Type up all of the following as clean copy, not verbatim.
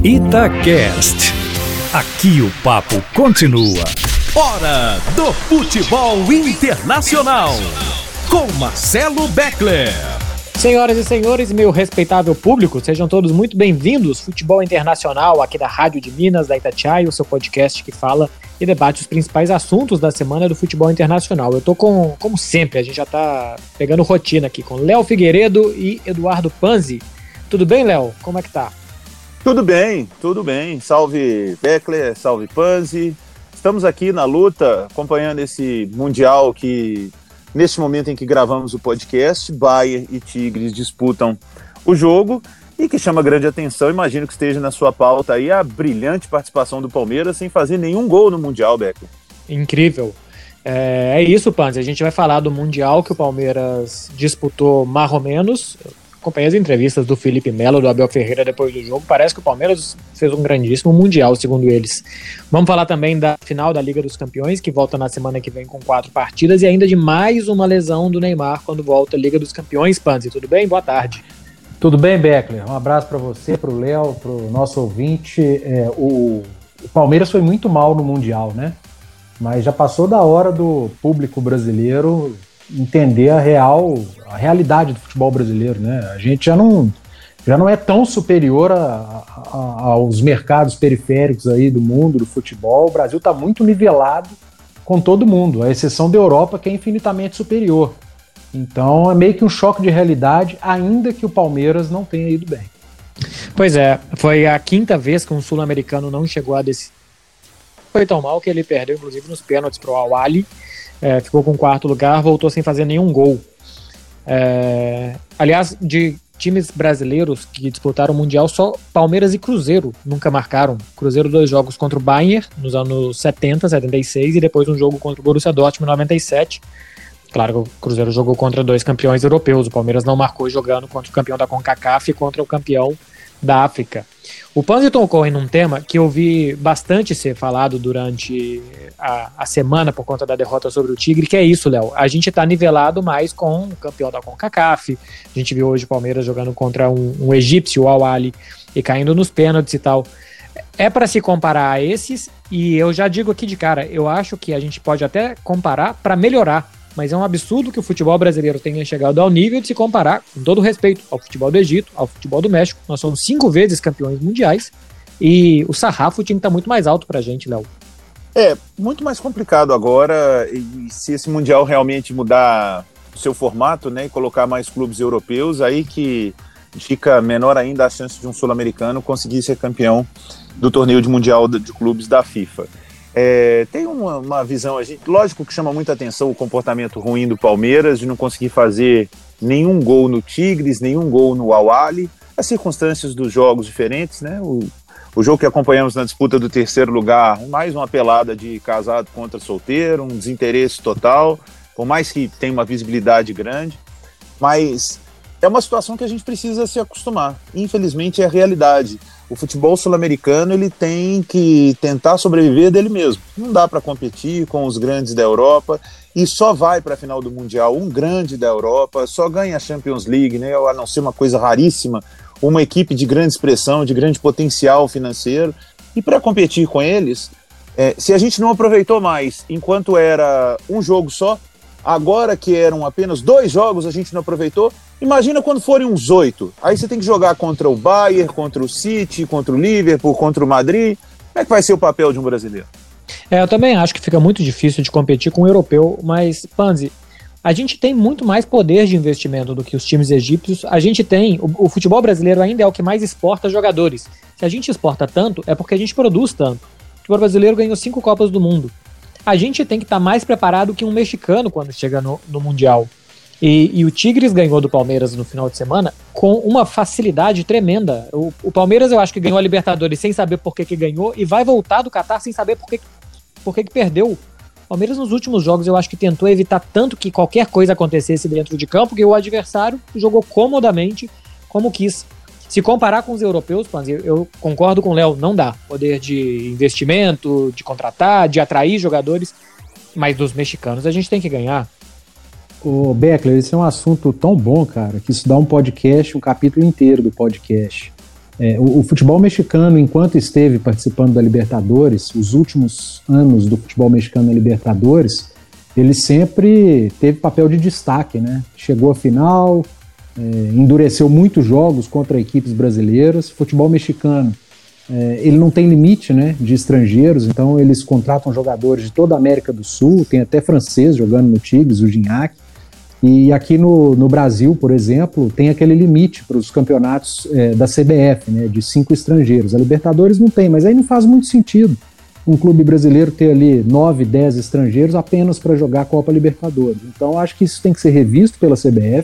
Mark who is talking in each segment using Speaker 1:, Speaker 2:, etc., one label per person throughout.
Speaker 1: Itacast. Aqui o papo continua.
Speaker 2: Hora do Futebol Internacional, com Marcelo Beckler.
Speaker 3: Senhoras e senhores, meu respeitável público, sejam todos muito bem-vindos. Futebol Internacional, aqui da Rádio de Minas, da Itatiaia, o seu podcast que fala e debate os principais assuntos da semana do futebol internacional. Eu tô como sempre, a gente já tá pegando rotina aqui com Léo Figueiredo e Eduardo Panzi. Tudo bem, Léo? Como é que tá?
Speaker 4: Tudo bem. Salve Beckler, salve Panzi. Estamos aqui na luta, acompanhando esse Mundial que, neste momento em que gravamos o podcast, Bayern e Tigres disputam o jogo e que chama grande atenção, imagino que esteja na sua pauta aí a brilhante participação do Palmeiras sem fazer nenhum gol no Mundial, Beckler.
Speaker 3: Incrível. É isso, Panzi, a gente vai falar do Mundial que o Palmeiras disputou mais ou menos. Acompanhei as entrevistas do Felipe Melo, do Abel Ferreira depois do jogo. Parece que o Palmeiras fez um grandíssimo Mundial, segundo eles. Vamos falar também da final da Liga dos Campeões, que volta na semana que vem com 4 partidas, e ainda de mais uma lesão do Neymar quando volta a Liga dos Campeões. Panzi, tudo bem? Boa tarde.
Speaker 5: Tudo bem, Beckler? Um abraço para você, para o Léo, para o nosso ouvinte. O Palmeiras foi muito mal no Mundial, né? Mas já passou da hora do público brasileiro entender a realidade do futebol brasileiro, né? A gente já não é tão superior aos mercados periféricos aí do mundo do futebol. O Brasil está muito nivelado com todo mundo, à exceção da Europa, que é infinitamente superior. Então é meio que um choque de realidade, ainda que o Palmeiras não tenha ido bem.
Speaker 3: Pois é, foi a 5ª vez que um sul-americano não chegou a decidir. Foi tão mal que ele perdeu, inclusive, nos pênaltis para o Al-Ahly. Ficou com o 4º lugar, voltou sem fazer nenhum gol. Aliás, de times brasileiros que disputaram o Mundial, só Palmeiras e Cruzeiro nunca marcaram. Cruzeiro 2 jogos contra o Bayern nos anos 70, 76 e depois um jogo contra o Borussia Dortmund em 97. Claro que o Cruzeiro jogou contra 2 campeões europeus, o Palmeiras não marcou jogando contra o campeão da CONCACAF e contra o campeão da África. O Panzi tocou em um tema que eu vi bastante ser falado durante a semana por conta da derrota sobre o Tigre, que é isso, Léo. A gente tá nivelado mais com o campeão da CONCACAF. A gente viu hoje o Palmeiras jogando contra um egípcio, o Al-Ahly, e caindo nos pênaltis e tal. É para se comparar a esses, e eu já digo aqui de cara, eu acho que a gente pode até comparar para melhorar. Mas é um absurdo que o futebol brasileiro tenha chegado ao nível de se comparar, com todo respeito, ao futebol do Egito, ao futebol do México. Nós somos 5 vezes campeões mundiais e o sarrafo tinha que estar muito mais alto pra gente, Léo.
Speaker 4: Muito mais complicado agora, e se esse Mundial realmente mudar o seu formato, né, e colocar mais clubes europeus, aí que fica menor ainda a chance de um sul-americano conseguir ser campeão do torneio de Mundial de Clubes da FIFA. Tem uma visão, lógico que chama muita atenção o comportamento ruim do Palmeiras, de não conseguir fazer nenhum gol no Tigres, nenhum gol no Al-Ahly, as circunstâncias dos jogos diferentes, né? O jogo que acompanhamos na disputa do 3º lugar, mais uma pelada de casado contra solteiro, um desinteresse total, por mais que tenha uma visibilidade grande, mas é uma situação que a gente precisa se acostumar. Infelizmente é a realidade. O futebol sul-americano ele tem que tentar sobreviver dele mesmo. Não dá para competir com os grandes da Europa e só vai para a final do Mundial um grande da Europa, só ganha a Champions League, né, a não ser uma coisa raríssima, uma equipe de grande expressão, de grande potencial financeiro. E para competir com eles, se a gente não aproveitou mais enquanto era um jogo só, agora que eram apenas 2 jogos a gente não aproveitou, imagina quando forem uns 8. Aí você tem que jogar contra o Bayern, contra o City, contra o Liverpool, contra o Madrid. Como é que vai ser o papel de um brasileiro?
Speaker 3: Eu também acho que fica muito difícil de competir com o europeu, mas, Panzi, a gente tem muito mais poder de investimento do que os times egípcios. A gente tem, o futebol brasileiro ainda é o que mais exporta jogadores. Se a gente exporta tanto, é porque a gente produz tanto. O futebol brasileiro ganhou 5 Copas do Mundo. A gente tem que estar mais preparado que um mexicano quando chega no Mundial. E o Tigres ganhou do Palmeiras no final de semana com uma facilidade tremenda. O Palmeiras eu acho que ganhou a Libertadores sem saber por que ganhou e vai voltar do Catar sem saber por que perdeu. O Palmeiras nos últimos jogos eu acho que tentou evitar tanto que qualquer coisa acontecesse dentro de campo que o adversário jogou comodamente como quis. Se comparar com os europeus, eu concordo com o Léo, não dá. Poder de investimento, de contratar, de atrair jogadores, mas dos mexicanos a gente tem que ganhar.
Speaker 5: Ô Beckler, esse é um assunto tão bom, cara, que isso dá um podcast, um capítulo inteiro do podcast. O futebol mexicano, enquanto esteve participando da Libertadores, os últimos anos do futebol mexicano na Libertadores, ele sempre teve papel de destaque, né? Chegou à final, endureceu muitos jogos contra equipes brasileiras. O futebol mexicano, ele não tem limite, né, de estrangeiros, então eles contratam jogadores de toda a América do Sul, tem até francês jogando no Tigres, o Gignac. E aqui no Brasil, por exemplo, tem aquele limite para os campeonatos da CBF, né, de 5 estrangeiros. A Libertadores não tem, mas aí não faz muito sentido um clube brasileiro ter ali 9, 10 estrangeiros apenas para jogar a Copa Libertadores. Então acho que isso tem que ser revisto pela CBF.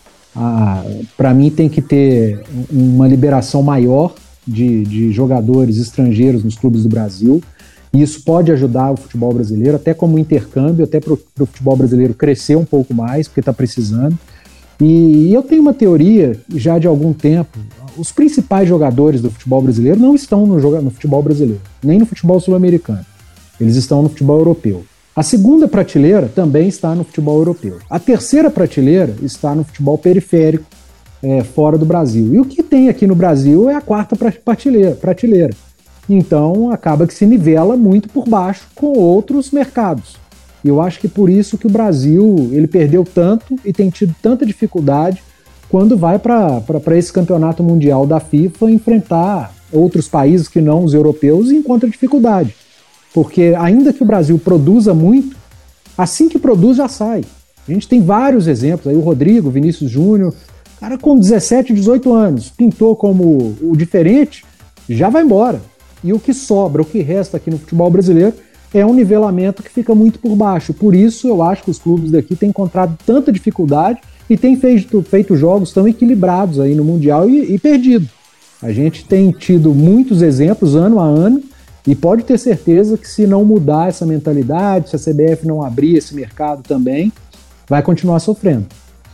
Speaker 5: Para mim tem que ter uma liberação maior de jogadores estrangeiros nos clubes do Brasil. E isso pode ajudar o futebol brasileiro, até como intercâmbio, até para o futebol brasileiro crescer um pouco mais, porque está precisando. E eu tenho uma teoria, já de algum tempo, os principais jogadores do futebol brasileiro não estão no futebol brasileiro, nem no futebol sul-americano. Eles estão no futebol europeu. A segunda prateleira também está no futebol europeu. A terceira prateleira está no futebol periférico, fora do Brasil. E o que tem aqui no Brasil é a quarta prateleira. Então acaba que se nivela muito por baixo com outros mercados. E eu acho que por isso que o Brasil ele perdeu tanto e tem tido tanta dificuldade quando vai para esse campeonato mundial da FIFA enfrentar outros países que não os europeus e encontra dificuldade. Porque ainda que o Brasil produza muito, assim que produz já sai. A gente tem vários exemplos, aí o Rodrigo, Vinícius Júnior, cara com 17, 18 anos, pintou como o diferente, já vai embora. E o que sobra, o que resta aqui no futebol brasileiro é um nivelamento que fica muito por baixo. Por isso eu acho que os clubes daqui têm encontrado tanta dificuldade e têm feito jogos tão equilibrados aí no Mundial e perdido. A gente tem tido muitos exemplos ano a ano e pode ter certeza que se não mudar essa mentalidade, se a CBF não abrir esse mercado também, vai continuar sofrendo.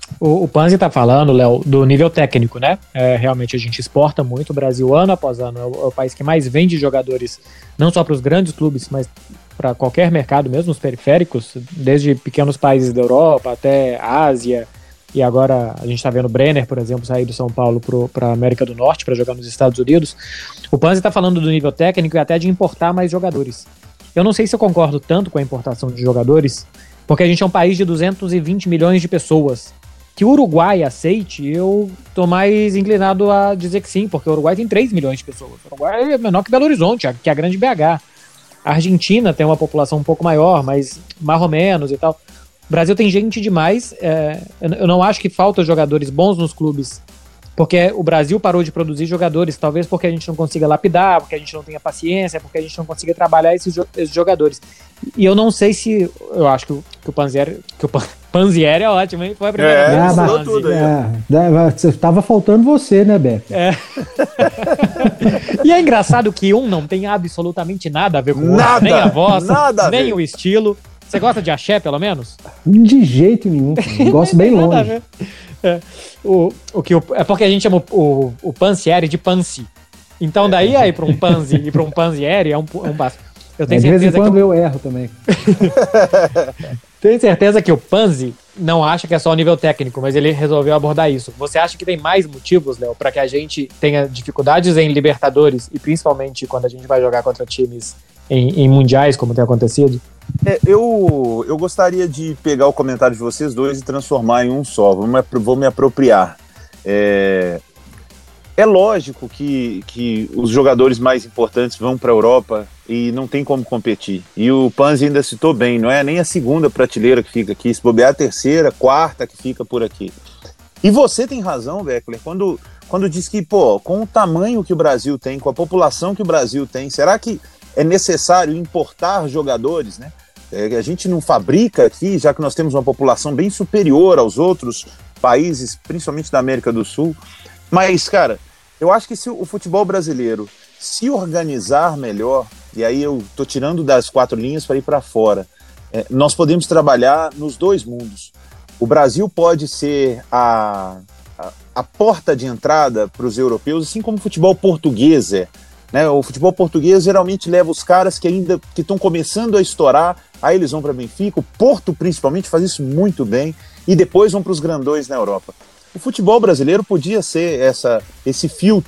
Speaker 3: O Panzi está falando, Léo, do nível técnico, né? Realmente a gente exporta muito. O Brasil, ano após ano, é o país que mais vende jogadores, não só para os grandes clubes, mas para qualquer mercado, mesmo os periféricos, desde pequenos países da Europa até a Ásia. E agora a gente está vendo o Brenner, por exemplo, sair do São Paulo para a América do Norte para jogar nos Estados Unidos. O Panzi está falando do nível técnico e até de importar mais jogadores. Eu não sei se eu concordo tanto com a importação de jogadores, porque a gente é um país de 220 milhões de pessoas. Que o Uruguai aceite, eu tô mais inclinado a dizer que sim, porque o Uruguai tem 3 milhões de pessoas. O Uruguai é menor que Belo Horizonte, que é a grande BH. A Argentina tem uma população um pouco maior, mas mais ou menos e tal. O Brasil tem gente demais. Eu não acho que falta jogadores bons nos clubes, porque o Brasil parou de produzir jogadores, talvez porque a gente não consiga lapidar, porque a gente não tenha paciência, porque a gente não consiga trabalhar esses jogadores. E eu não sei se... Eu acho que o Panzieri... Panzieri é ótimo, hein? Foi a primeira vez.
Speaker 4: Falou tudo aí.
Speaker 5: Tava faltando você, né, Beto?
Speaker 3: E é engraçado que não tem absolutamente nada a ver com o outro. Nem a voz, nem o estilo. Você gosta de axé, pelo menos?
Speaker 5: De jeito nenhum. Gosto bem longe.
Speaker 3: É porque a gente chama o Panzieri de Pansi. Então daí aí para um Panzi e para um Panzieri é um básico. Eu tenho certeza
Speaker 5: de vez em quando eu erro também.
Speaker 3: Tenho certeza que o Panzi não acha que é só o nível técnico, mas ele resolveu abordar isso. Você acha que tem mais motivos, Léo, para que a gente tenha dificuldades em Libertadores e principalmente quando a gente vai jogar contra times em mundiais, como tem acontecido?
Speaker 4: Eu gostaria de pegar o comentário de vocês dois e transformar em um só. Vou me apropriar. É lógico que os jogadores mais importantes vão para a Europa e não tem como competir. E o Panzi ainda citou bem, não é nem a segunda prateleira que fica aqui, se bobear a terceira, quarta que fica por aqui. E você tem razão, Beckler, quando diz que, com o tamanho que o Brasil tem, com a população que o Brasil tem, será que é necessário importar jogadores, né? A gente não fabrica aqui, já que nós temos uma população bem superior aos outros países, principalmente da América do Sul. Mas, cara, eu acho que se o futebol brasileiro se organizar melhor, e aí eu tô tirando das 4 linhas para ir para fora, nós podemos trabalhar nos dois mundos. O Brasil pode ser a porta de entrada para os europeus, assim como o futebol português é. Né? O futebol português geralmente leva os caras que estão começando a estourar, aí eles vão para Benfica, o Porto principalmente faz isso muito bem, e depois vão para os grandões na Europa. O futebol brasileiro podia ser esse filtro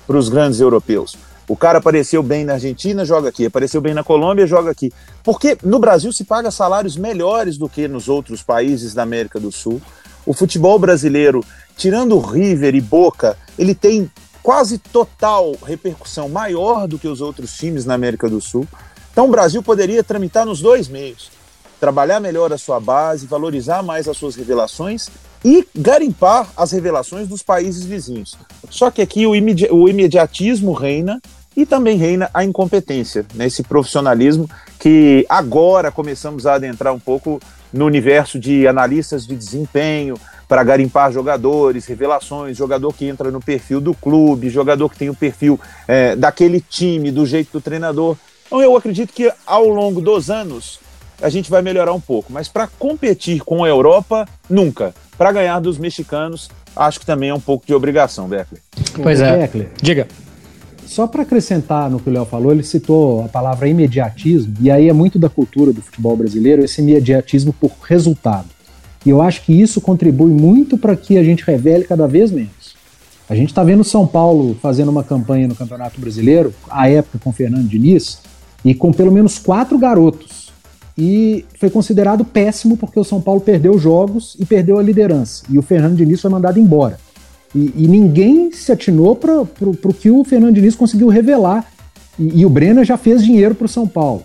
Speaker 4: para os grandes europeus. O cara apareceu bem na Argentina, joga aqui. Apareceu bem na Colômbia, joga aqui. Porque no Brasil se paga salários melhores do que nos outros países da América do Sul. O futebol brasileiro, tirando River e Boca, ele tem quase total repercussão maior do que os outros times na América do Sul. Então o Brasil poderia tramitar nos dois meios. Trabalhar melhor a sua base, valorizar mais as suas revelações e garimpar as revelações dos países vizinhos. Só que aqui o imediatismo reina e também reina a incompetência, né? Esse profissionalismo que agora começamos a adentrar um pouco no universo de analistas de desempenho para garimpar jogadores, revelações, jogador que entra no perfil do clube, jogador que tem o perfil daquele time, do jeito do treinador. Então eu acredito que ao longo dos anos a gente vai melhorar um pouco, mas para competir com a Europa, nunca. Para ganhar dos mexicanos, acho que também é um pouco de obrigação, Beckler.
Speaker 3: Pois é.
Speaker 5: Beckler,
Speaker 3: diga.
Speaker 5: Só para acrescentar no que o Léo falou, ele citou a palavra imediatismo, e aí é muito da cultura do futebol brasileiro, esse imediatismo por resultado. E eu acho que isso contribui muito para que a gente revele cada vez menos. A gente está vendo o São Paulo fazendo uma campanha no Campeonato Brasileiro, à época com o Fernando Diniz, e com pelo menos 4 garotos. E foi considerado péssimo porque o São Paulo perdeu jogos e perdeu a liderança. E o Fernando Diniz foi mandado embora. E ninguém se atinou para o que o Fernando Diniz conseguiu revelar. E o Brenner já fez dinheiro para o São Paulo.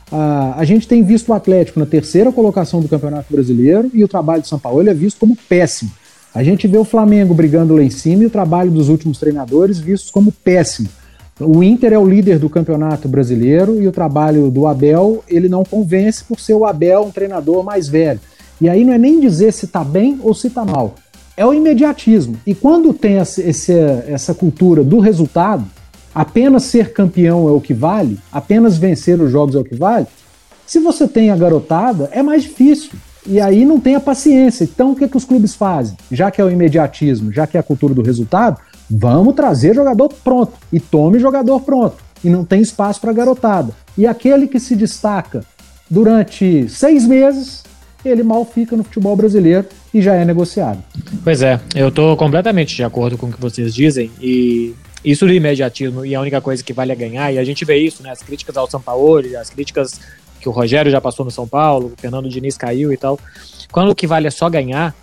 Speaker 5: A gente tem visto o Atlético na 3ª colocação do Campeonato Brasileiro e o trabalho de São Paulo é visto como péssimo. A gente vê o Flamengo brigando lá em cima e o trabalho dos últimos treinadores vistos como péssimo. O Inter é o líder do Campeonato Brasileiro e o trabalho do Abel, ele não convence por ser o Abel um treinador mais velho. E aí não é nem dizer se está bem ou se está mal. É o imediatismo. E quando tem essa cultura do resultado, apenas ser campeão é o que vale, apenas vencer os jogos é o que vale, se você tem a garotada, é mais difícil. E aí não tem a paciência. Então o que os clubes fazem? Já que é o imediatismo, já que é a cultura do resultado, vamos trazer jogador pronto. E tome jogador pronto. E não tem espaço para garotada. E aquele que se destaca durante 6 meses, ele mal fica no futebol brasileiro e já é negociado.
Speaker 3: Pois é, eu tô completamente de acordo com o que vocês dizem, e isso do imediatismo, e a única coisa que vale é ganhar, e a gente vê isso, né, as críticas ao Sampaoli, as críticas que o Rogério já passou no São Paulo, o Fernando Diniz caiu e tal. Quando o que vale é só ganhar,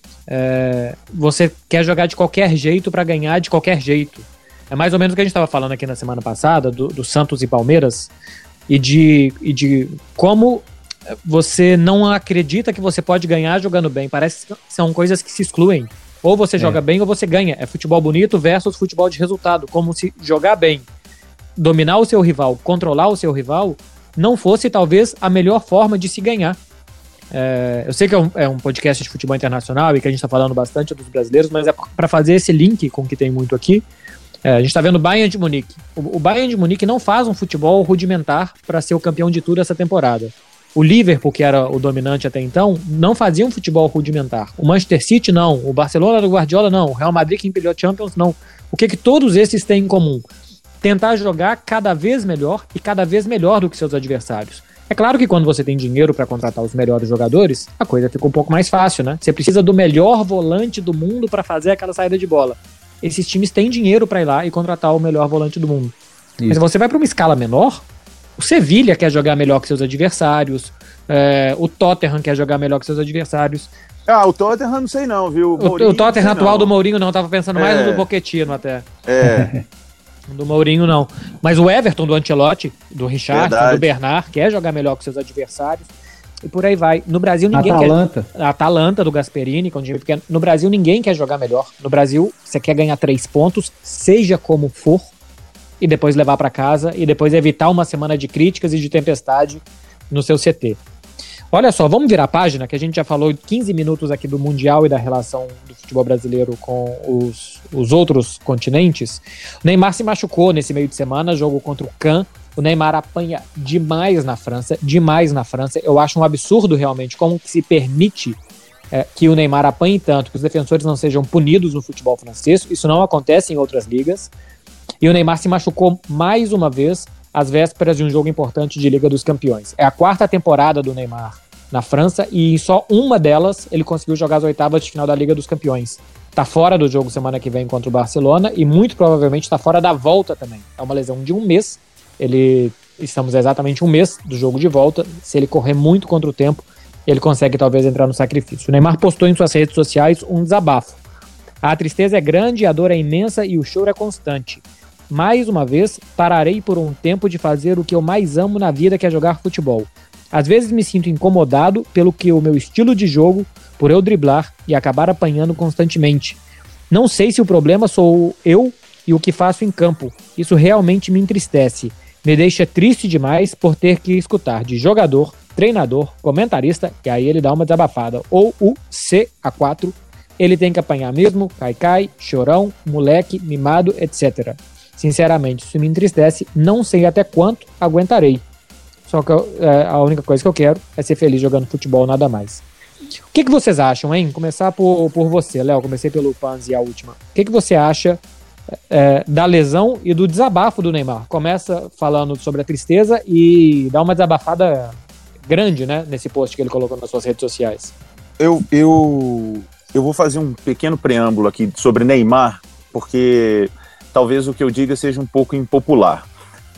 Speaker 3: você quer jogar de qualquer jeito para ganhar de qualquer jeito. É mais ou menos o que a gente estava falando aqui na semana passada, do Santos e Palmeiras, e de como você não acredita que você pode ganhar jogando bem. Parece que são coisas que se excluem. Ou você joga bem ou você ganha. É futebol bonito versus futebol de resultado. Como se jogar bem, dominar o seu rival, controlar o seu rival, não fosse talvez a melhor forma de se ganhar. Eu sei que é um podcast de futebol internacional e que a gente está falando bastante dos brasileiros, mas é para fazer esse link com o que tem muito aqui. A gente está vendo o Bayern de Munique. O Bayern de Munique não faz um futebol rudimentar para ser o campeão de tudo essa temporada. O Liverpool, que era o dominante até então, não fazia um futebol rudimentar. O Manchester City, não. O Barcelona do Guardiola, não. O Real Madrid, que empilhou Champions, não. O que todos esses têm em comum? Tentar jogar cada vez melhor e cada vez melhor do que seus adversários. É claro que quando você tem dinheiro para contratar os melhores jogadores, a coisa fica um pouco mais fácil, né? Você precisa do melhor volante do mundo para fazer aquela saída de bola. Esses times têm dinheiro para ir lá e contratar o melhor volante do mundo. Isso. Mas você vai para uma escala menor, o Sevilha quer jogar melhor que seus adversários, o Tottenham quer jogar melhor que seus adversários.
Speaker 4: O Tottenham não sei não, viu?
Speaker 3: O Tottenham atual do Mourinho não, tava pensando mais no do Pochettino até. Do Mourinho não. Mas o Everton do Ancelotti, do Richarlison, do Bernard, quer jogar melhor que seus adversários. E por aí vai. No Brasil ninguém quer... A Atalanta do Gasperini, que é um time pequeno. No Brasil ninguém quer jogar melhor. No Brasil você quer ganhar 3 pontos, seja como for, e depois levar para casa, e depois evitar uma semana de críticas e de tempestade no seu CT. Olha só, vamos virar a página, que a gente já falou 15 minutos aqui do Mundial e da relação do futebol brasileiro com os outros continentes. O Neymar se machucou nesse meio de semana, jogo contra o Cannes. O Neymar apanha demais na França. Eu acho um absurdo realmente como que se permite que o Neymar apanhe tanto, que os defensores não sejam punidos no futebol francês. Isso não acontece em outras ligas. E o Neymar se machucou mais uma vez às vésperas de um jogo importante de Liga dos Campeões. É a 4ª temporada do Neymar na França e em só uma delas ele conseguiu jogar as oitavas de final da Liga dos Campeões. tá fora do jogo semana que vem contra o Barcelona e muito provavelmente tá fora da volta também. É uma lesão de um mês. Estamos exatamente um mês do jogo de volta. Se ele correr muito contra o tempo, ele consegue talvez entrar no sacrifício. O Neymar postou em suas redes sociais um desabafo. A tristeza é grande, a dor é imensa e o choro é constante. Mais uma vez, pararei por um tempo de fazer o que eu mais amo na vida, que é jogar futebol. Às vezes me sinto incomodado pelo que o meu estilo de jogo, por eu driblar e acabar apanhando constantemente. Não sei se o problema sou eu e o que faço em campo. Isso realmente me entristece. Me deixa triste demais por ter que escutar de jogador, treinador, comentarista, e aí ele dá uma desabafada. Ou o CA4, ele tem que apanhar mesmo, cai, chorão, moleque, mimado, etc. Sinceramente, isso me entristece, não sei até quanto aguentarei. Só que a única coisa que eu quero é ser feliz jogando futebol, nada mais. O que vocês acham, hein? Começar por você, Léo. Comecei pelo Panzi, a última. O que você acha da lesão e do desabafo do Neymar? Começa falando sobre a tristeza e dá uma desabafada grande, né? Nesse post que ele colocou nas suas redes sociais.
Speaker 4: Eu vou fazer um pequeno preâmbulo aqui sobre Neymar, porque talvez o que eu diga seja um pouco impopular.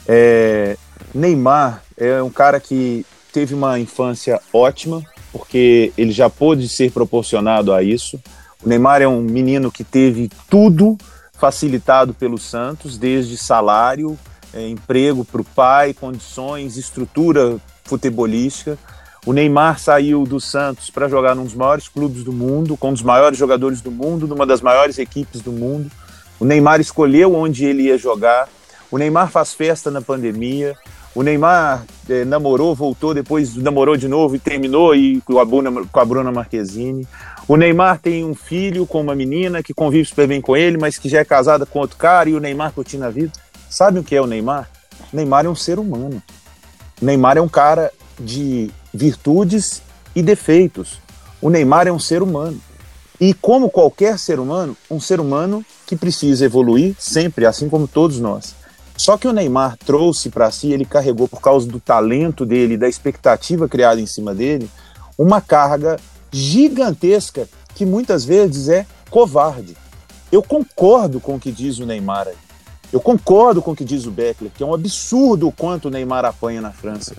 Speaker 4: Neymar é um cara que teve uma infância ótima, porque ele já pôde ser proporcionado a isso. O Neymar é um menino que teve tudo facilitado pelo Santos, desde salário, emprego para o pai, condições, estrutura futebolística. O Neymar saiu do Santos para jogar num dos maiores clubes do mundo, com um dos maiores jogadores do mundo, numa das maiores equipes do mundo. O Neymar escolheu onde ele ia jogar. O Neymar faz festa na pandemia. O Neymar namorou, voltou, depois namorou de novo e terminou com a Bruna Marquezine. O Neymar tem um filho com uma menina que convive super bem com ele, mas que já é casada com outro cara, e o Neymar curtindo a vida. Sabe o que é o Neymar? O Neymar é um ser humano. O Neymar é um cara de virtudes e defeitos. O Neymar é um ser humano. E como qualquer ser humano, um ser humano que precisa evoluir sempre, assim como todos nós. Só que o Neymar trouxe para si, ele carregou, por causa do talento dele, da expectativa criada em cima dele, uma carga gigantesca que muitas vezes é covarde. Eu concordo com o que diz o Neymar aí. Eu concordo com o que diz o Beckler, que é um absurdo o quanto o Neymar apanha na França.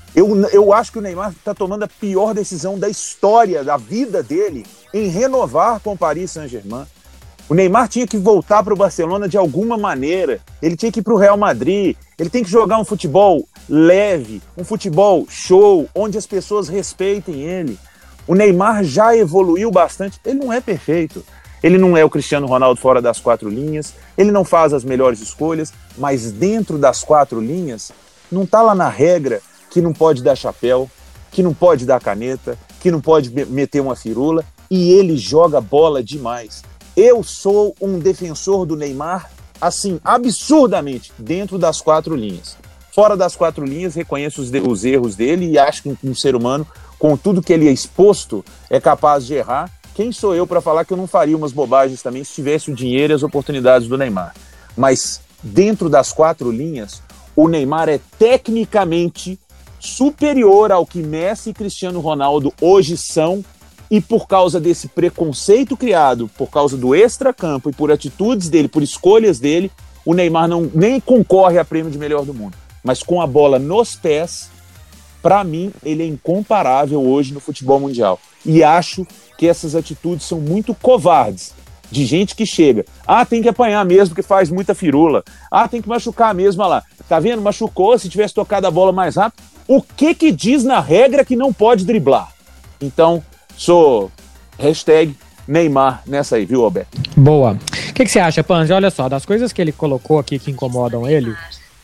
Speaker 4: Eu acho que o Neymar está tomando a pior decisão da história, da vida dele, em renovar com o Paris Saint-Germain. O Neymar tinha que voltar para o Barcelona de alguma maneira, ele tinha que ir para o Real Madrid, ele tem que jogar um futebol leve, um futebol show, onde as pessoas respeitem ele. O Neymar já evoluiu bastante, ele não é perfeito, ele não é o Cristiano Ronaldo fora das quatro linhas, ele não faz as melhores escolhas, mas dentro das quatro linhas, não está lá na regra que não pode dar chapéu, que não pode dar caneta, que não pode meter uma firula, e ele joga bola demais. Eu sou um defensor do Neymar, assim, absurdamente, dentro das quatro linhas. Fora das quatro linhas, reconheço os erros dele e acho que um ser humano, com tudo que ele é exposto, é capaz de errar. Quem sou eu para falar que eu não faria umas bobagens também se tivesse o dinheiro e as oportunidades do Neymar? Mas dentro das quatro linhas, o Neymar é tecnicamente superior ao que Messi e Cristiano Ronaldo hoje são, e por causa desse preconceito criado, por causa do extracampo e por atitudes dele, por escolhas dele, o Neymar nem concorre a prêmio de melhor do mundo. Mas com a bola nos pés, para mim, ele é incomparável hoje no futebol mundial. E acho que essas atitudes são muito covardes, de gente que chega, tem que apanhar mesmo, que faz muita firula, tem que machucar mesmo, olha lá, tá vendo, machucou, se tivesse tocado a bola mais rápido, o que diz na regra que não pode driblar? Então, sou #Neymar nessa aí, viu, Alberto?
Speaker 3: Boa. O que você acha, Panzi? Olha só, das coisas que ele colocou aqui que incomodam ele,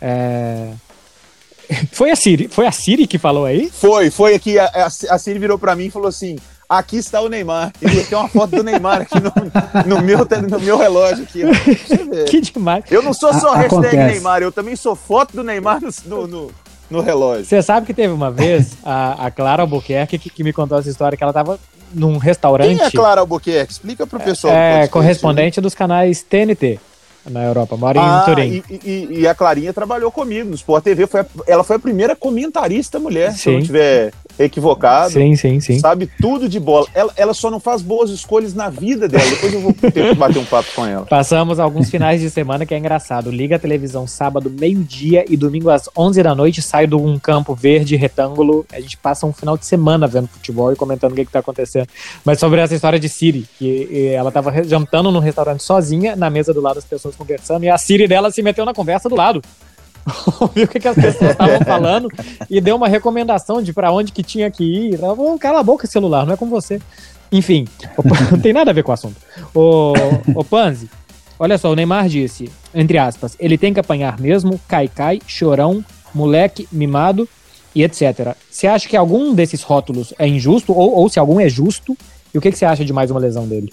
Speaker 3: Foi a Siri que falou aí?
Speaker 4: Foi aqui, a Siri virou pra mim e falou assim, aqui está o Neymar, e tem uma foto do Neymar aqui no meu relógio aqui, ó. Você vê.
Speaker 3: Que demais.
Speaker 4: Eu não sou só
Speaker 5: Acontece.
Speaker 4: #Neymar, eu também sou foto do Neymar no relógio.
Speaker 3: Você sabe que teve uma vez a Clara Albuquerque que me contou essa história, que ela tava num restaurante.
Speaker 4: Quem é Clara Albuquerque? Explica pro pessoal.
Speaker 3: Correspondente dos canais TNT na Europa, mora em Turim.
Speaker 4: E a Clarinha trabalhou comigo no Sport TV, ela foi a primeira comentarista mulher,
Speaker 3: Sim.
Speaker 4: se eu não estiver equivocado.
Speaker 3: Sim.
Speaker 4: Sabe tudo de bola. Ela só não faz boas escolhas na vida dela. Depois eu vou ter que bater um papo com ela.
Speaker 3: Passamos alguns finais de semana que é engraçado. Liga a televisão sábado, meio-dia, e domingo às 11 da noite sai de um campo verde, retângulo. A gente passa um final de semana vendo futebol e comentando o que tá acontecendo. Mas sobre essa história de Siri, que ela tava jantando num restaurante sozinha, na mesa do lado as pessoas conversando, e a Siri dela se meteu na conversa do lado. Ouviu o que as pessoas estavam falando e deu uma recomendação de pra onde que tinha que ir. Ela falou, cala a boca, celular, não é com você. Enfim, não tem nada a ver com o assunto. O Panzi, olha só, o Neymar disse, entre aspas, ele tem que apanhar mesmo, cai, chorão, moleque, mimado e etc. Você acha que algum desses rótulos é injusto ou se algum é justo? E o que você acha de mais uma lesão dele?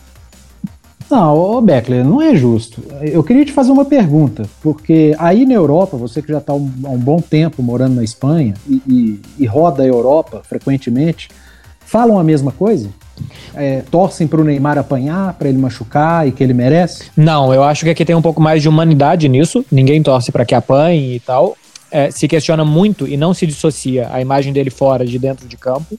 Speaker 5: Não, Beckler, não é justo. Eu queria te fazer uma pergunta, porque aí na Europa, você que já está há um bom tempo morando na Espanha e roda a Europa frequentemente, falam a mesma coisa? Torcem para o Neymar apanhar, para ele machucar e que ele merece?
Speaker 3: Não, eu acho que aqui tem um pouco mais de humanidade nisso, ninguém torce para que apanhe e tal. Se questiona muito e não se dissocia a imagem dele fora de dentro de campo.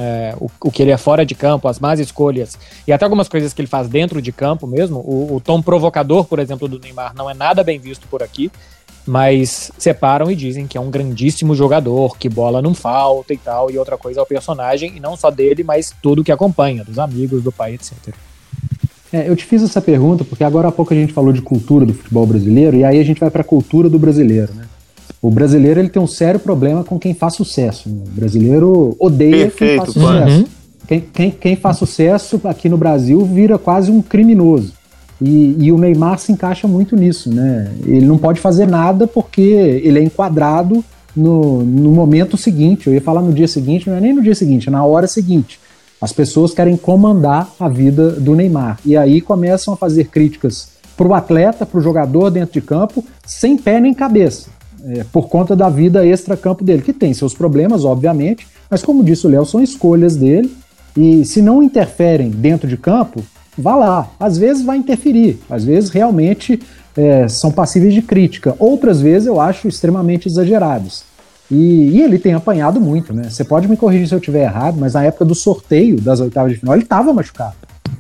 Speaker 3: O que ele é fora de campo, as más escolhas e até algumas coisas que ele faz dentro de campo mesmo. O tom provocador, por exemplo, do Neymar não é nada bem visto por aqui, mas separam e dizem que é um grandíssimo jogador, que bola não falta e tal, e outra coisa é o personagem, e não só dele, mas tudo que acompanha, dos amigos, do pai, etc.
Speaker 5: Eu te fiz essa pergunta porque agora há pouco a gente falou de cultura do futebol brasileiro, e aí a gente vai para a cultura do brasileiro, né? O brasileiro ele tem um sério problema com quem faz sucesso. Né? O brasileiro odeia quem faz sucesso. Quem faz sucesso aqui no Brasil vira quase um criminoso. E o Neymar se encaixa muito nisso. Né? Ele não pode fazer nada porque ele é enquadrado no momento seguinte. Eu ia falar no dia seguinte, não é nem no dia seguinte, é na hora seguinte. As pessoas querem comandar a vida do Neymar. E aí começam a fazer críticas para o atleta, para o jogador dentro de campo, sem pé nem cabeça. Por conta da vida extra-campo dele, que tem seus problemas, obviamente, mas como disse o Léo, são escolhas dele, e se não interferem dentro de campo, vá lá. Às vezes vai interferir, às vezes realmente são passíveis de crítica, outras vezes eu acho extremamente exagerados. E ele tem apanhado muito, né? Você pode me corrigir se eu estiver errado, mas na época do sorteio das oitavas de final, ele estava machucado.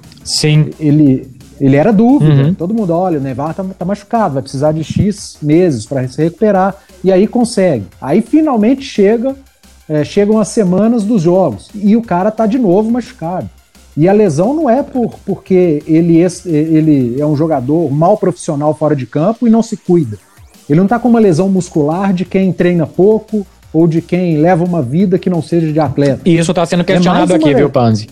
Speaker 3: Sim.
Speaker 5: Ele era dúvida, todo mundo, olha, o Neymar tá machucado, vai precisar de X meses para se recuperar, e aí consegue. Aí finalmente chegam as semanas dos jogos, e o cara tá de novo machucado. E a lesão não é porque ele é um jogador mal profissional fora de campo e não se cuida. Ele não tá com uma lesão muscular de quem treina pouco, ou de quem leva uma vida que não seja de atleta.
Speaker 3: E isso tá sendo questionado aqui, viu, Panzi?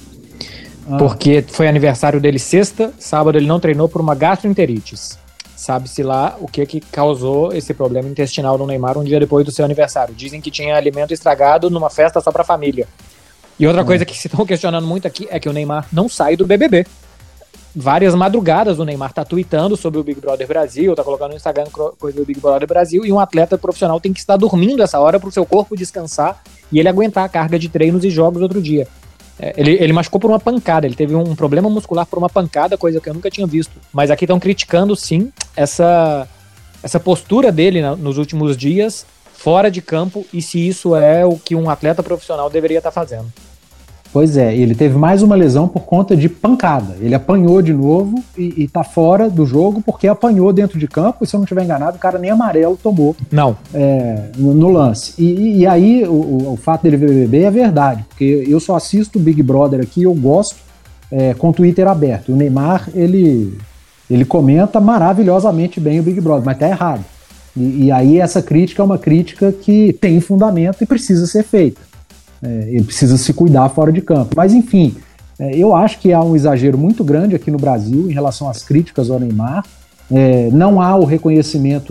Speaker 3: Porque foi aniversário dele sexta, sábado ele não treinou por uma gastroenterites. Sabe-se lá o que causou esse problema intestinal no Neymar um dia depois do seu aniversário. Dizem que tinha alimento estragado numa festa só pra família. E outra coisa que se estão questionando muito aqui é que o Neymar não sai do BBB. Várias madrugadas o Neymar tá tweetando sobre o Big Brother Brasil, tá colocando no Instagram coisa do Big Brother Brasil, e um atleta profissional tem que estar dormindo essa hora pro seu corpo descansar e ele aguentar a carga de treinos e jogos outro dia. Ele machucou por uma pancada, ele teve um problema muscular por uma pancada, coisa que eu nunca tinha visto. Mas aqui estão criticando, sim, essa postura dele nos últimos dias, fora de campo, e se isso é o que um atleta profissional deveria estar fazendo.
Speaker 5: Pois é, ele teve mais uma lesão por conta de pancada. Ele apanhou de novo e tá fora do jogo porque apanhou dentro de campo, e se eu não estiver enganado, o cara nem amarelo tomou.
Speaker 3: Não.
Speaker 5: No lance. E aí, o fato dele ver BBB é verdade, porque eu só assisto o Big Brother aqui, eu gosto, com o Twitter aberto. O Neymar, ele comenta maravilhosamente bem o Big Brother, mas tá errado. E aí essa crítica é uma crítica que tem fundamento e precisa ser feita. Ele precisa se cuidar fora de campo. Mas, enfim, eu acho que há um exagero muito grande aqui no Brasil em relação às críticas ao Neymar. Não há o reconhecimento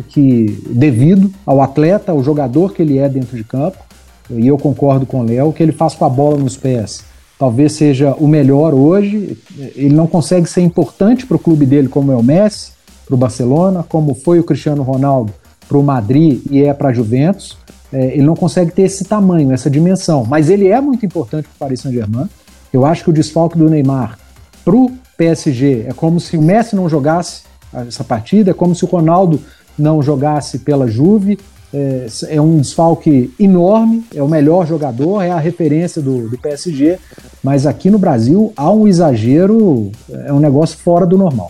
Speaker 5: devido ao atleta, ao jogador que ele é dentro de campo. E eu concordo com o Léo, o que ele faz com a bola nos pés talvez seja o melhor hoje. Ele não consegue ser importante para o clube dele como é o Messi, para o Barcelona, como foi o Cristiano Ronaldo para o Madrid e para a Juventus. Ele não consegue ter esse tamanho, essa dimensão, mas ele é muito importante para o Paris Saint-Germain. Eu acho que o desfalque do Neymar para o PSG é como se o Messi não jogasse essa partida, é como se o Ronaldo não jogasse pela Juve, é um desfalque enorme, é o melhor jogador, é a referência do PSG, mas aqui no Brasil há um exagero, é um negócio fora do normal.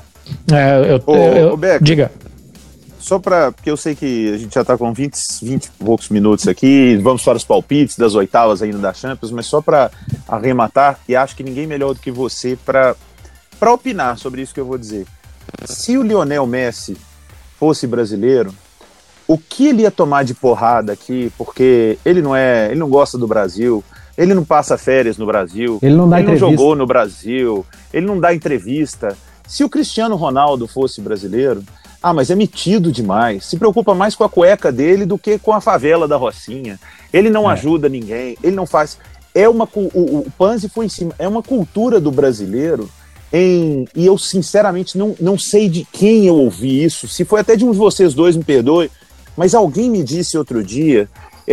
Speaker 4: Beck,
Speaker 3: diga.
Speaker 4: Só porque eu sei que a gente já está com 20 e poucos minutos aqui, vamos para os palpites das oitavas ainda da Champions, mas só para arrematar, e acho que ninguém melhor do que você para opinar sobre isso que eu vou dizer. Se o Lionel Messi fosse brasileiro, o que ele ia tomar de porrada aqui, porque ele não gosta do Brasil, ele não passa férias no Brasil,
Speaker 5: ele não
Speaker 4: jogou no Brasil, ele não dá entrevista. Se o Cristiano Ronaldo fosse brasileiro, mas é metido demais, se preocupa mais com a cueca dele do que com a favela da Rocinha, ele não ajuda ninguém, ele não faz... O Panzi foi em cima, é uma cultura do brasileiro, e eu sinceramente não sei de quem eu ouvi isso, se foi até de um de vocês dois, me perdoe, mas alguém me disse outro dia,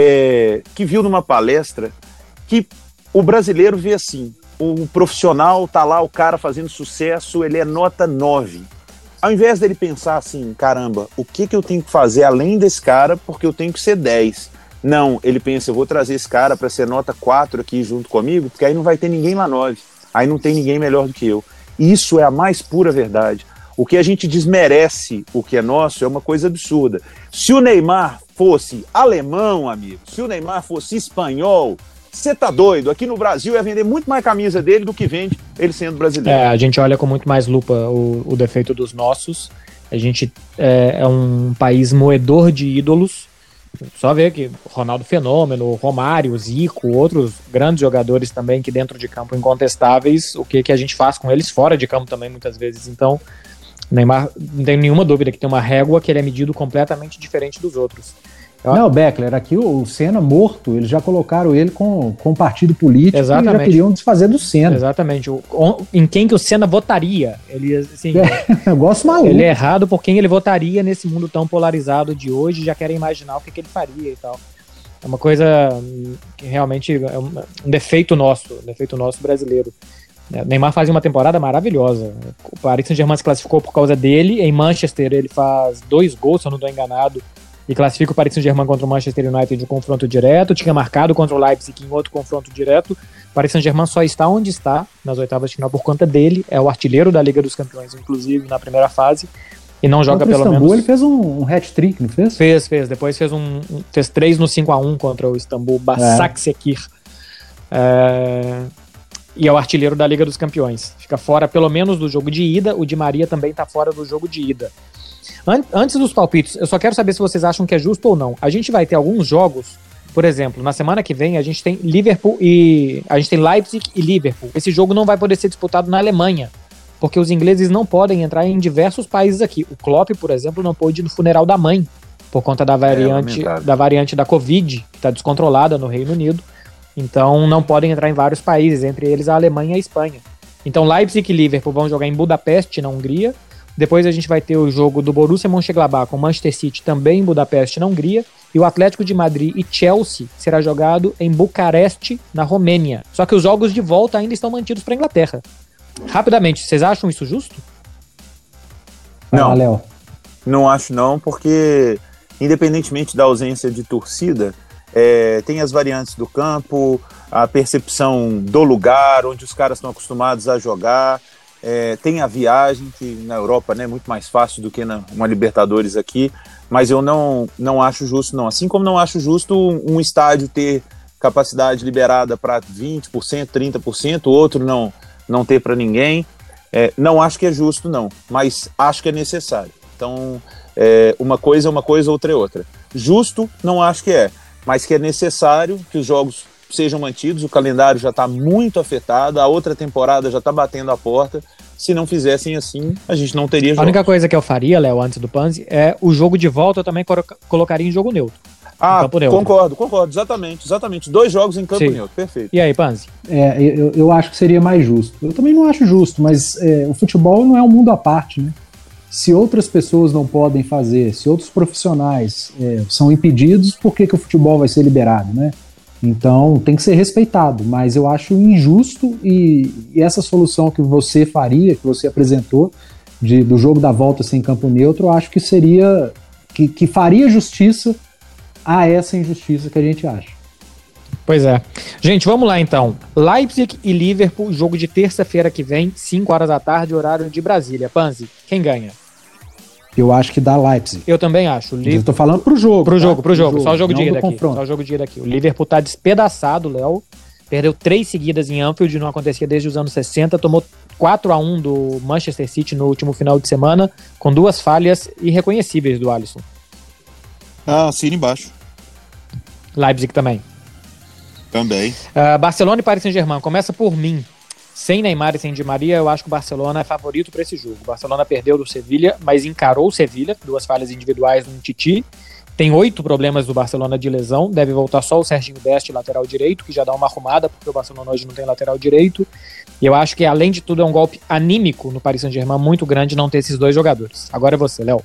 Speaker 4: que viu numa palestra, que o brasileiro vê assim, o profissional tá lá, o cara fazendo sucesso, ele é nota 9. Ao invés dele pensar assim, caramba, o que eu tenho que fazer além desse cara, porque eu tenho que ser 10. Não, ele pensa, eu vou trazer esse cara para ser nota 4 aqui junto comigo, porque aí não vai ter ninguém lá 9. Aí não tem ninguém melhor do que eu. Isso é a mais pura verdade. O que a gente desmerece, o que é nosso, é uma coisa absurda. Se o Neymar fosse alemão, amigo, se o Neymar fosse espanhol, você tá doido? Aqui no Brasil ia vender muito mais camisa dele do que vende ele sendo brasileiro.
Speaker 3: A gente olha com muito mais lupa o defeito dos nossos. A gente é um país moedor de ídolos. Só ver que Ronaldo Fenômeno, Romário, Zico, outros grandes jogadores também que dentro de campo incontestáveis, o que a gente faz com eles fora de campo também muitas vezes. Então, Neymar, não tem nenhuma dúvida que tem uma régua que ele é medido completamente diferente dos outros.
Speaker 5: Não, Beckler, aqui o Senna morto, eles já colocaram ele com partido político.
Speaker 3: Exatamente.
Speaker 5: E já queriam desfazer do Senna.
Speaker 3: Exatamente. Em quem que o Senna votaria? Ele, assim,
Speaker 5: negócio maluco.
Speaker 3: Ele é errado por quem ele votaria nesse mundo tão polarizado de hoje, já querem imaginar o que ele faria e tal. É uma coisa que realmente é um defeito nosso brasileiro. Neymar faz uma temporada maravilhosa. O Paris Saint-Germain se classificou por causa dele. Em Manchester ele faz 2 gols, se eu não estou enganado, e classifica o Paris Saint-Germain contra o Manchester United em confronto direto. Tinha marcado contra o Leipzig em outro confronto direto. O Paris Saint-Germain só está onde está nas oitavas de final por conta dele. É o artilheiro da Liga dos Campeões, inclusive, na primeira fase. E não joga pelo
Speaker 5: Istambul,
Speaker 3: menos...
Speaker 5: Ele fez um hat-trick, não fez?
Speaker 3: Fez. Depois fez 3 no 5-1 contra o Istambul Başakşehir. E é o artilheiro da Liga dos Campeões. Fica fora pelo menos do jogo de ida. O Di Maria também está fora do jogo de ida. Antes dos palpites, eu só quero saber se vocês acham que é justo ou não. A gente vai ter alguns jogos, por exemplo, na semana que vem a gente tem Leipzig e Liverpool. Esse jogo não vai poder ser disputado na Alemanha, porque os ingleses não podem entrar em diversos países aqui. O Klopp, por exemplo, não pôde ir no funeral da mãe, por conta da variante da Covid, que está descontrolada no Reino Unido. Então não podem entrar em vários países, entre eles a Alemanha e a Espanha. Então Leipzig e Liverpool vão jogar em Budapeste, na Hungria. Depois a gente vai ter o jogo do Borussia Mönchengladbach com Manchester City, também em Budapeste, na Hungria. E o Atlético de Madrid e Chelsea será jogado em Bucareste, na Romênia. Só que os jogos de volta ainda estão mantidos para a Inglaterra. Rapidamente, vocês acham isso justo?
Speaker 4: Não,
Speaker 5: Léo.
Speaker 4: Não acho não, porque independentemente da ausência de torcida, tem as variantes do campo, a percepção do lugar, onde os caras estão acostumados a jogar, tem a viagem, que na Europa, né, é muito mais fácil do que uma Libertadores aqui, mas eu não acho justo não. Assim como não acho justo um estádio ter capacidade liberada para 20%, 30%, outro não ter para ninguém. Não acho que é justo não, mas acho que é necessário. Então, uma coisa é uma coisa, outra é outra. Justo, não acho que é, mas que é necessário que os jogos sejam mantidos. O calendário já está muito afetado, a outra temporada já está batendo a porta. Se não fizessem assim, a gente não teria jogos. A única
Speaker 3: coisa que eu faria, Léo, antes do Panzi, é o jogo de volta eu também colocaria em jogo neutro.
Speaker 4: Concordo, exatamente. 2 jogos em campo neutro, perfeito.
Speaker 3: E aí, Panzi?
Speaker 5: Eu acho que seria mais justo. Eu também não acho justo, mas o futebol não é um mundo à parte, né? Se outras pessoas não podem fazer, se outros profissionais são impedidos, por que o futebol vai ser liberado, né? Então tem que ser respeitado, mas eu acho injusto e essa solução que você faria, que você apresentou, do jogo da volta sem campo neutro, eu acho que seria, que faria justiça a essa injustiça que a gente acha.
Speaker 3: Pois é. Gente, vamos lá então. Leipzig e Liverpool, jogo de terça-feira que vem, 5 horas da tarde, horário de Brasília. Panzi, quem ganha?
Speaker 5: Eu acho que dá Leipzig.
Speaker 3: Eu também acho.
Speaker 5: Eu tô falando pro jogo.
Speaker 3: Pro jogo. Só o jogo de ida aqui.
Speaker 5: Confronto.
Speaker 3: Só o jogo de ida aqui. O Liverpool tá despedaçado, Léo. Perdeu 3 seguidas em Anfield, não acontecia desde os anos 60. Tomou 4-1 do Manchester City no último final de semana, com 2 falhas irreconhecíveis do Alisson.
Speaker 4: Assina embaixo.
Speaker 3: Leipzig também.
Speaker 4: Também.
Speaker 3: Barcelona e Paris Saint-Germain. Começa por mim. Sem Neymar e sem Di Maria, eu acho que o Barcelona é favorito para esse jogo. O Barcelona perdeu do Sevilla, mas encarou o Sevilla, 2 falhas individuais no Titi. Tem 8 problemas do Barcelona de lesão, deve voltar só o Serginho Dest, lateral direito, que já dá uma arrumada, porque o Barcelona hoje não tem lateral direito. E eu acho que, além de tudo, é um golpe anímico no Paris Saint-Germain muito grande não ter esses 2 jogadores. Agora é você, Léo.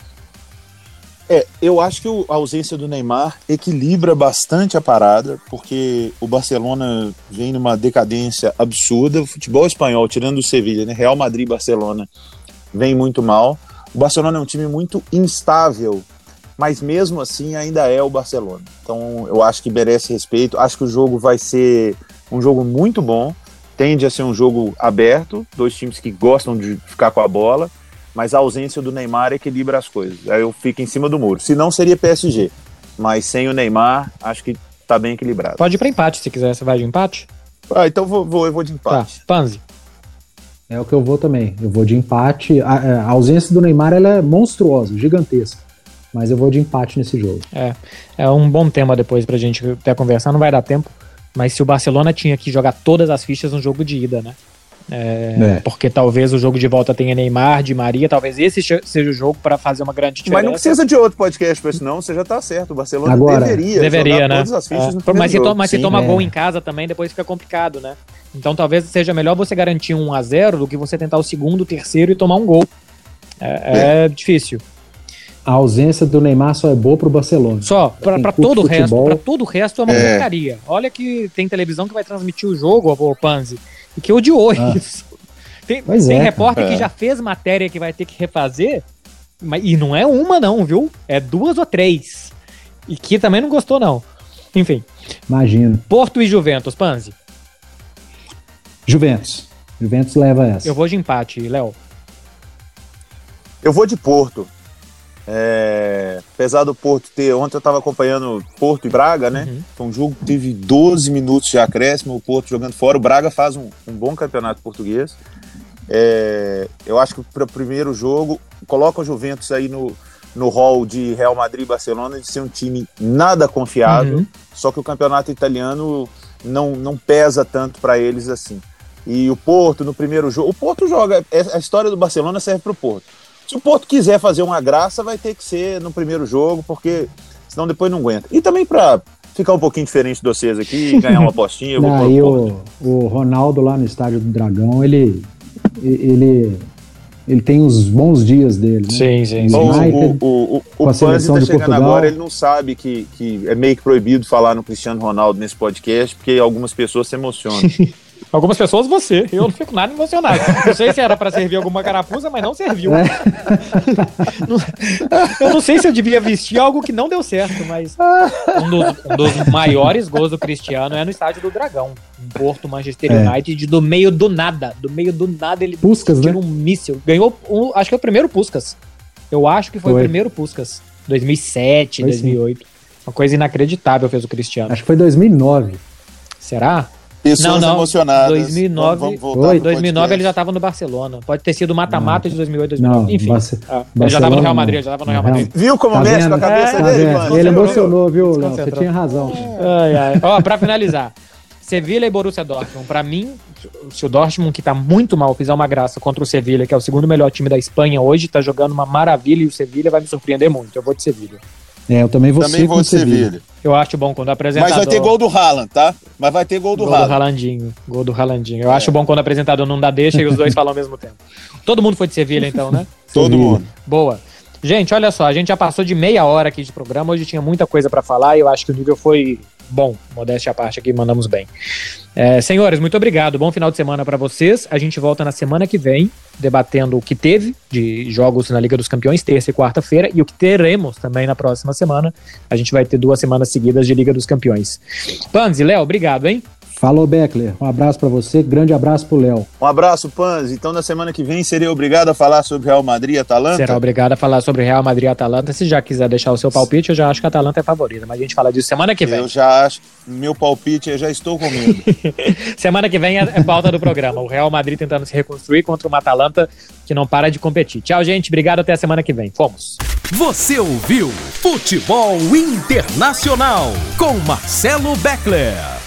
Speaker 4: Eu acho que a ausência do Neymar equilibra bastante a parada, porque o Barcelona vem numa decadência absurda. O futebol espanhol, tirando o Sevilla, né? Real Madrid e Barcelona, vem muito mal. O Barcelona é um time muito instável, mas mesmo assim ainda é o Barcelona. Então eu acho que merece respeito. Acho que o jogo vai ser um jogo muito bom. Tende a ser um jogo aberto, 2 times que gostam de ficar com a bola, mas a ausência do Neymar equilibra as coisas. Aí eu fico em cima do muro. Se não, seria PSG. Mas sem o Neymar, acho que tá bem equilibrado.
Speaker 3: Pode ir pra empate, se quiser. Você vai de empate?
Speaker 4: Então eu vou de empate.
Speaker 3: Tá, Panzi.
Speaker 5: É o que eu vou também. Eu vou de empate. A ausência do Neymar, ela é monstruosa, gigantesca. Mas eu vou de empate nesse jogo.
Speaker 3: É um bom tema depois pra gente até conversar. Não vai dar tempo. Mas se o Barcelona tinha que jogar todas as fichas no jogo de ida, né? Porque talvez o jogo de volta tenha Neymar, Di Maria, talvez esse seja o jogo para fazer uma grande diferença.
Speaker 4: Mas não precisa de outro podcast para isso não, você já tá certo, o Barcelona
Speaker 3: deveria jogar,
Speaker 4: né?
Speaker 3: Todas as fichas no primeiro jogo. Mas se toma gol em casa também, depois fica complicado, né? Então talvez seja melhor você garantir 1-0 do que você tentar o segundo, o terceiro e tomar um gol. É difícil.
Speaker 5: A ausência do Neymar só é boa pro Barcelona.
Speaker 3: Só, para todo o resto é uma porcaria. Olha que tem televisão que vai transmitir o jogo, o Panzi, e que odiou isso. Tem repórter que já fez matéria que vai ter que refazer, e não é uma não, viu? É 2 ou 3. E que também não gostou não. Enfim.
Speaker 5: Imagino.
Speaker 3: Porto e Juventus, Panzi.
Speaker 5: Juventus leva essa.
Speaker 3: Eu vou de empate, Léo.
Speaker 4: Eu vou de Porto. Apesar do Porto ter... Ontem eu estava acompanhando Porto e Braga, né? Foi um jogo que teve 12 minutos de acréscimo, o Porto jogando fora. O Braga faz um bom campeonato português. Eu acho que para o primeiro jogo, coloca o Juventus aí no hall de Real Madrid e Barcelona de ser um time nada confiável, só que o campeonato italiano não pesa tanto para eles assim. E o Porto, no primeiro jogo... O Porto joga... A história do Barcelona serve para o Porto. Se o Porto quiser fazer uma graça, vai ter que ser no primeiro jogo, porque senão depois não aguenta. E também para ficar um pouquinho diferente de vocês aqui, ganhar uma apostinha, eu vou
Speaker 5: o Ronaldo lá no Estádio do Dragão, ele tem os bons dias dele, né?
Speaker 3: Sim.
Speaker 4: O Panzi tá chegando agora, ele não sabe que é meio que proibido falar no Cristiano Ronaldo nesse podcast, porque algumas pessoas se emocionam.
Speaker 3: Algumas pessoas eu não fico nada emocionado. Não sei se era pra servir alguma carapuça, mas não serviu. Eu não sei se eu devia vestir algo que não deu certo, mas um dos maiores gols do Cristiano é no Estádio do Dragão, em Porto, Manchester United, do meio do nada ele
Speaker 5: Puskas,
Speaker 3: tirou
Speaker 5: né?
Speaker 3: um míssil, ganhou, acho que é o primeiro Puskas. Eu acho que foi o primeiro Puskas, 2007, 2008. Uma coisa inacreditável fez o Cristiano.
Speaker 5: Acho que foi 2009.
Speaker 3: Será?
Speaker 4: Pessoas emocionadas.
Speaker 3: 2009,
Speaker 4: vamos
Speaker 3: 2009 ele já estava no Barcelona. Pode ter sido o mata-mata de 2008, 2009. Enfim, ele já estava no Real Madrid.
Speaker 4: Viu como mexe com a cabeça dele, mano?
Speaker 5: Ele emocionou, viu, Léo? Você tinha razão.
Speaker 3: Ó, pra finalizar, Sevilla e Borussia Dortmund. Pra mim, se o Dortmund, que tá muito mal, fizer uma graça contra o Sevilla, que é o segundo melhor time da Espanha hoje, tá jogando uma maravilha, e o Sevilla vai me surpreender muito. Eu vou de Sevilla.
Speaker 5: Eu também vou
Speaker 4: de Sevilla.
Speaker 3: Eu acho bom quando o apresentador...
Speaker 4: Mas vai ter gol do Haaland, tá? Mas vai ter gol do Haaland.
Speaker 3: Gol do Haalandinho. Eu acho bom quando o apresentador não dá deixa e os dois falam ao mesmo tempo. Todo mundo foi de Sevilla, então, né?
Speaker 4: Todo mundo.
Speaker 3: Boa. Gente, olha só, a gente já passou de meia hora aqui de programa, hoje tinha muita coisa pra falar e eu acho que o nível foi bom, modéstia à parte aqui, mandamos bem. Senhores, muito obrigado, bom final de semana para vocês. A gente volta na semana que vem, debatendo o que teve de jogos na Liga dos Campeões, terça e quarta-feira, e o que teremos também na próxima semana. A gente vai ter 2 semanas seguidas de Liga dos Campeões. Panzi, Léo, obrigado, hein?
Speaker 5: Falou, Beckler. Um abraço para você, grande abraço pro Léo.
Speaker 4: Um abraço, Panzi. Então, na semana que vem, seria obrigado a falar sobre Real Madrid e Atalanta?
Speaker 3: Será obrigado a falar sobre Real Madrid e Atalanta. Se já quiser deixar o seu palpite, eu já acho que a Atalanta é favorita, mas a gente fala disso semana que vem.
Speaker 4: Eu já acho, meu palpite, eu já estou com medo.
Speaker 3: Semana que vem é pauta do programa. O Real Madrid tentando se reconstruir contra uma Atalanta que não para de competir. Tchau, gente. Obrigado. Até a semana que vem. Fomos.
Speaker 2: Você ouviu Futebol Internacional com Marcelo Beckler.